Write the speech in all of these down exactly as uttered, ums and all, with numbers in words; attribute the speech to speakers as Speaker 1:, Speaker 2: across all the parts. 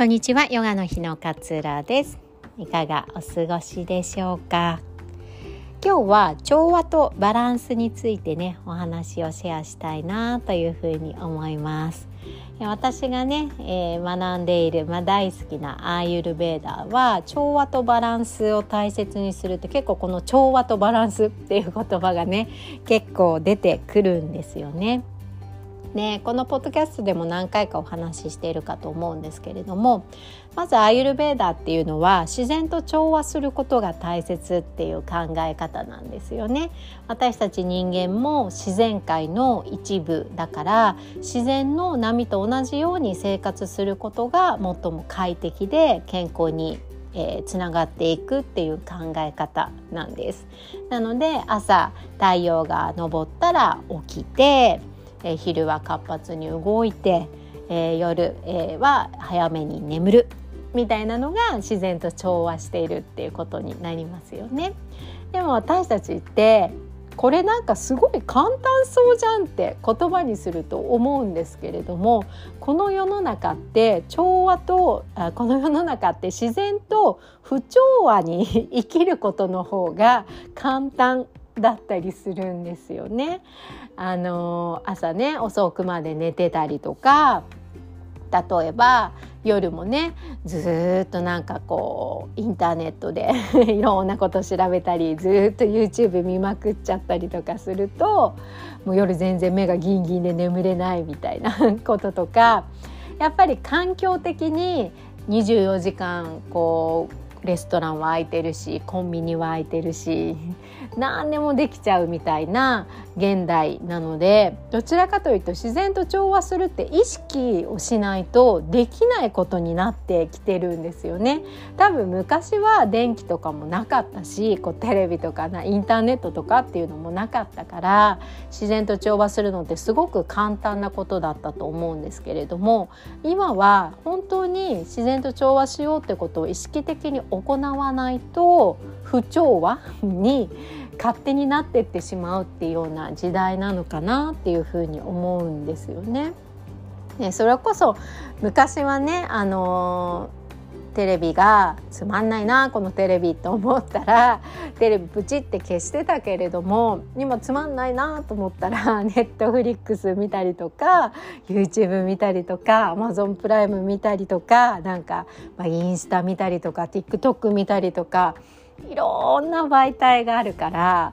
Speaker 1: こんにちは、ヨガの日の勝浦です。いかがお過ごしでしょうか。今日は調和とバランスについてね、お話をシェアしたいなというふうに思います。私がね、えー、学んでいる、まあ、大好きなアーユルヴェーダーは調和とバランスを大切にするって、結構この調和とバランスっていう言葉がね結構出てくるんですよね。ね、このポッドキャストでも何回かお話ししているかと思うんですけれども、まずアーユルヴェーダーっていうのは自然と調和することが大切っていう考え方なんですよね。私たち人間も自然界の一部だから、自然の波と同じように生活することが最も快適で健康にえー、つながっていくっていう考え方なんです。なので朝太陽が昇ったら起きて、えー、昼は活発に動いて、えー、夜、えー、は早めに眠るみたいなのが自然と調和しているっていうことになりますよね。でも私たちってこれなんかすごい簡単そうじゃんって言葉にすると思うんですけれども、この世の中って調和とあこの世の中って自然と不調和に生きることの方が簡単だったりするんですよね。あの朝ね遅くまで寝てたりとか、例えば夜もねずっとなんかこうインターネットでいろんなこと調べたり、ずっと YouTube 見まくっちゃったりとかすると、もう夜全然目がギンギンで眠れないみたいなこととか、やっぱり環境的ににじゅうよじかんこうレストランは開いてるし、コンビニは開いてるし、何でもできちゃうみたいな現代なので、どちらかというと自然と調和するって意識をしないとできないことになってきてるんですよね。多分昔は電気とかもなかったし、こうテレビとかなインターネットとかっていうのもなかったから、自然と調和するのってすごく簡単なことだったと思うんですけれども、今は本当に自然と調和しようってことを意識的に行わないと不調和に勝手になってってしまうっていうような時代なのかなっていうふうに思うんですよね。ね、それこそ昔はね、あのー、テレビがつまんないなこのテレビと思ったらテレビプチって消してたけれども、今つまんないなと思ったらネットフリックス見たりとか YouTube 見たりとか Amazon プライム見たりとか、なんか、まあ、インスタ見たりとか TikTok 見たりとか、いろんな媒体があるから、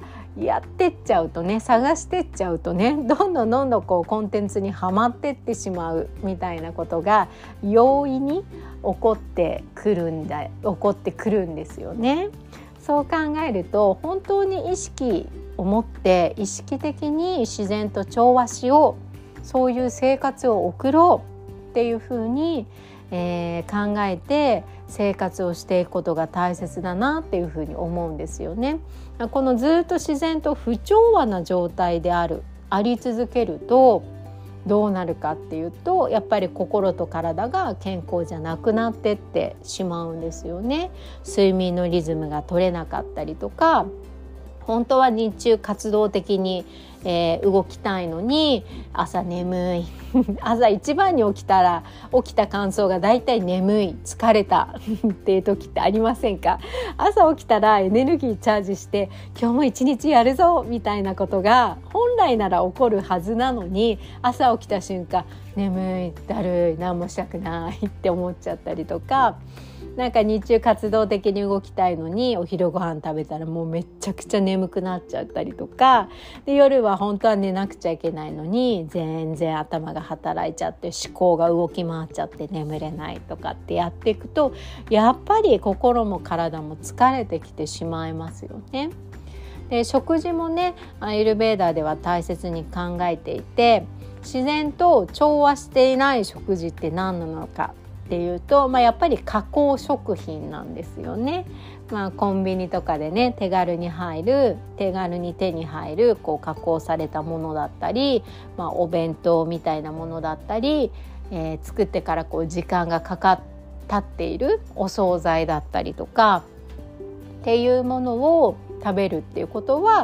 Speaker 1: やってっちゃうとね、探してっちゃうとね、どんどんどんどんこうコンテンツにはまってってしまうみたいなことが容易に起こってくるんだ起こってくるんですよね。そう考えると本当に意識を持って意識的に自然と調和しよう、そういう生活を送ろうっていうふうに、えー、考えて生活をしていくことが大切だなっていうふうに思うんですよね。このずっと自然と不調和な状態であるあり続けるとどうなるかっていうと、やっぱり心と体が健康じゃなくなってってしまうんですよね。睡眠のリズムが取れなかったりとか、本当は日中活動的に、えー、動きたいのに朝眠い朝一番に起きたら起きた感想がだいたい眠い疲れたっていう時ってありませんか。朝起きたらエネルギーチャージして今日も一日やるぞみたいなことが本来なら起こるはずなのに、朝起きた瞬間眠いだるい何もしたくないって思っちゃったりとか、なんか日中活動的に動きたいのにお昼ご飯食べたらもうめちゃくちゃ眠くなっちゃったりとかで、夜は本当は寝なくちゃいけないのに全然頭が働いちゃって思考が動き回っちゃって眠れないとかってやっていくと、やっぱり心も体も疲れてきてしまいますよね。で食事もね、アーユルヴェーダーでは大切に考えていて、自然と調和していない食事って何なのかっていうと、まあ、やっぱり加工食品なんですよね。まあ、コンビニとかでね手軽に入る手軽に手に入るこう加工されたものだったり、まあ、お弁当みたいなものだったり、えー、作ってからこう時間がかかっているお惣菜だったりとかっていうものを食べるっていうことは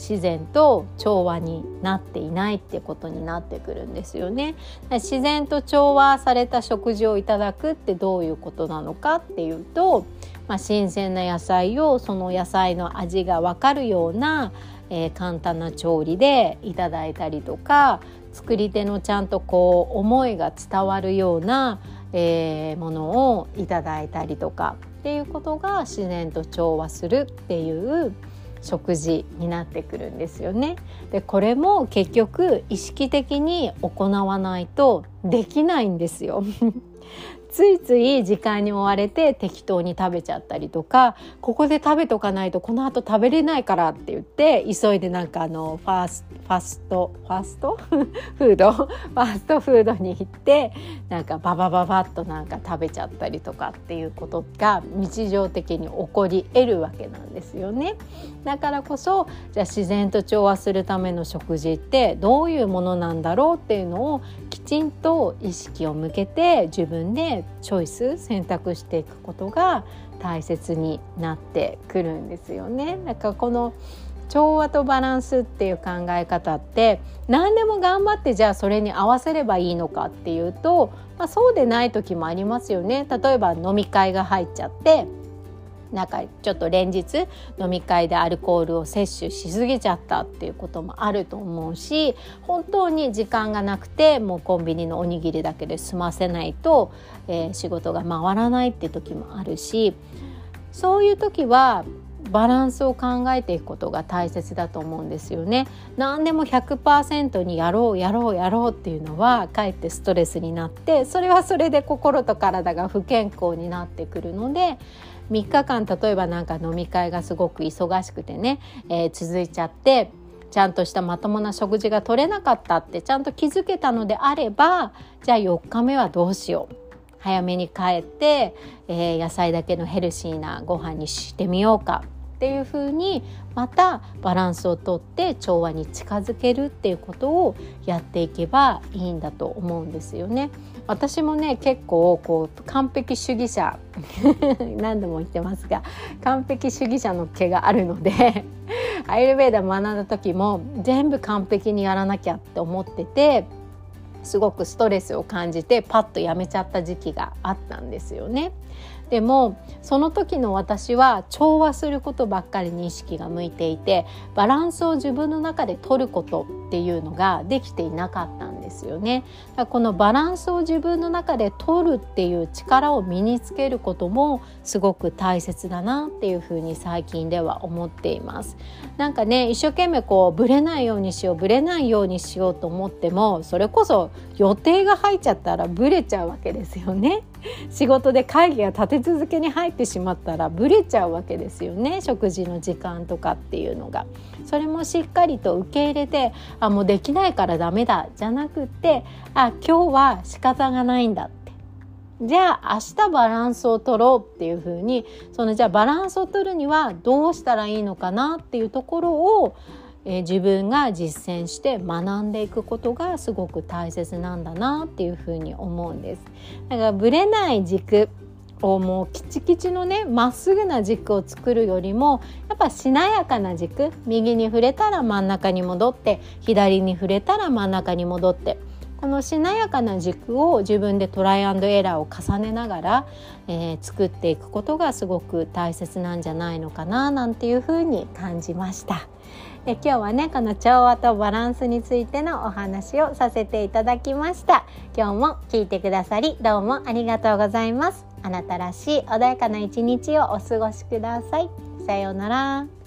Speaker 1: 自然と調和になっていないってことになってくるんですよね。自然と調和された食事をいただくってどういうことなのかっていうと、まあ、新鮮な野菜をその野菜の味が分かるような、えー、簡単な調理でいただいたりとか、作り手のちゃんとこう思いが伝わるような、えー、ものをいただいたりとかっていうことが自然と調和するっていう食事になってくるんですよね。でこれも結局意識的に行わないとできないんですよついつい時間に追われて適当に食べちゃったりとか、ここで食べとかないとこの後食べれないからって言って急いでなんかあのファーストファストファストフードファーストフードに行ってなんかババババッとなんか食べちゃったりとかっていうことが日常的に起こり得るわけなんですよね。だからこそじゃあ自然と調和するための食事ってどういうものなんだろうっていうのをきちんと意識を向けて自分でチョイス選択していくことが大切になってくるんですよね。だからこの調和とバランスっていう考え方って何でも頑張ってじゃあそれに合わせればいいのかっていうと、まあ、そうでない時もありますよね。例えば飲み会が入っちゃってなんかちょっと連日飲み会でアルコールを摂取しすぎちゃったっていうこともあると思うし、本当に時間がなくてもうコンビニのおにぎりだけで済ませないと、えー、仕事が回らないっていう時もあるし、そういう時はバランスを考えていくことが大切だと思うんですよね。何でも ひゃくパーセント にやろうやろうやろうっていうのはかえってストレスになって、それはそれで心と体が不健康になってくるので、みっかかん例えばなんか飲み会がすごく忙しくてね、えー、続いちゃってちゃんとしたまともな食事が取れなかったってちゃんと気づけたのであれば、じゃあよっかめはどうしよう、早めに帰って、えー、野菜だけのヘルシーなご飯にしてみようかっていう風にまたバランスをとって調和に近づけるっていうことをやっていけばいいんだと思うんですよね。私もね結構こう完璧主義者何度も言ってますが完璧主義者の毛があるのでアイルベーダ学んだ時も全部完璧にやらなきゃって思ってて、すごくストレスを感じてパッとやめちゃった時期があったんですよね。でもその時の私は調和することばっかりに意識が向いていて、バランスを自分の中で取ることっていうのができていなかったんですよね。だからこのバランスを自分の中で取るっていう力を身につけることもすごく大切だなっていうふうに最近では思っています。なんかね一生懸命こうブレないようにしようブレないようにしようと思っても、それこそ予定が入っちゃったらブレちゃうわけですよね。仕事で会議が立て続けに入ってしまったらブレちゃうわけですよね。食事の時間とかっていうのが、それもしっかりと受け入れて、あもうできないからダメだじゃなくって、あ今日は仕方がないんだって、じゃあ明日バランスを取ろうっていう風に、そのじゃあバランスを取るにはどうしたらいいのかなっていうところをえー、自分が実践して学んでいくことがすごく大切なんだなっていうふうに思うんです。だからぶれない軸をもうキチキチのねまっすぐな軸を作るよりも、やっぱしなやかな軸、右に触れたら真ん中に戻って左に触れたら真ん中に戻って、このしなやかな軸を自分でトライアンドエラーを重ねながら、えー、作っていくことがすごく大切なんじゃないのかななんていうふうに感じました。で今日はねこの調和とバランスについてのお話をさせていただきました。今日も聞いてくださりどうもありがとうございます。あなたらしい穏やかな一日をお過ごしください。さようなら。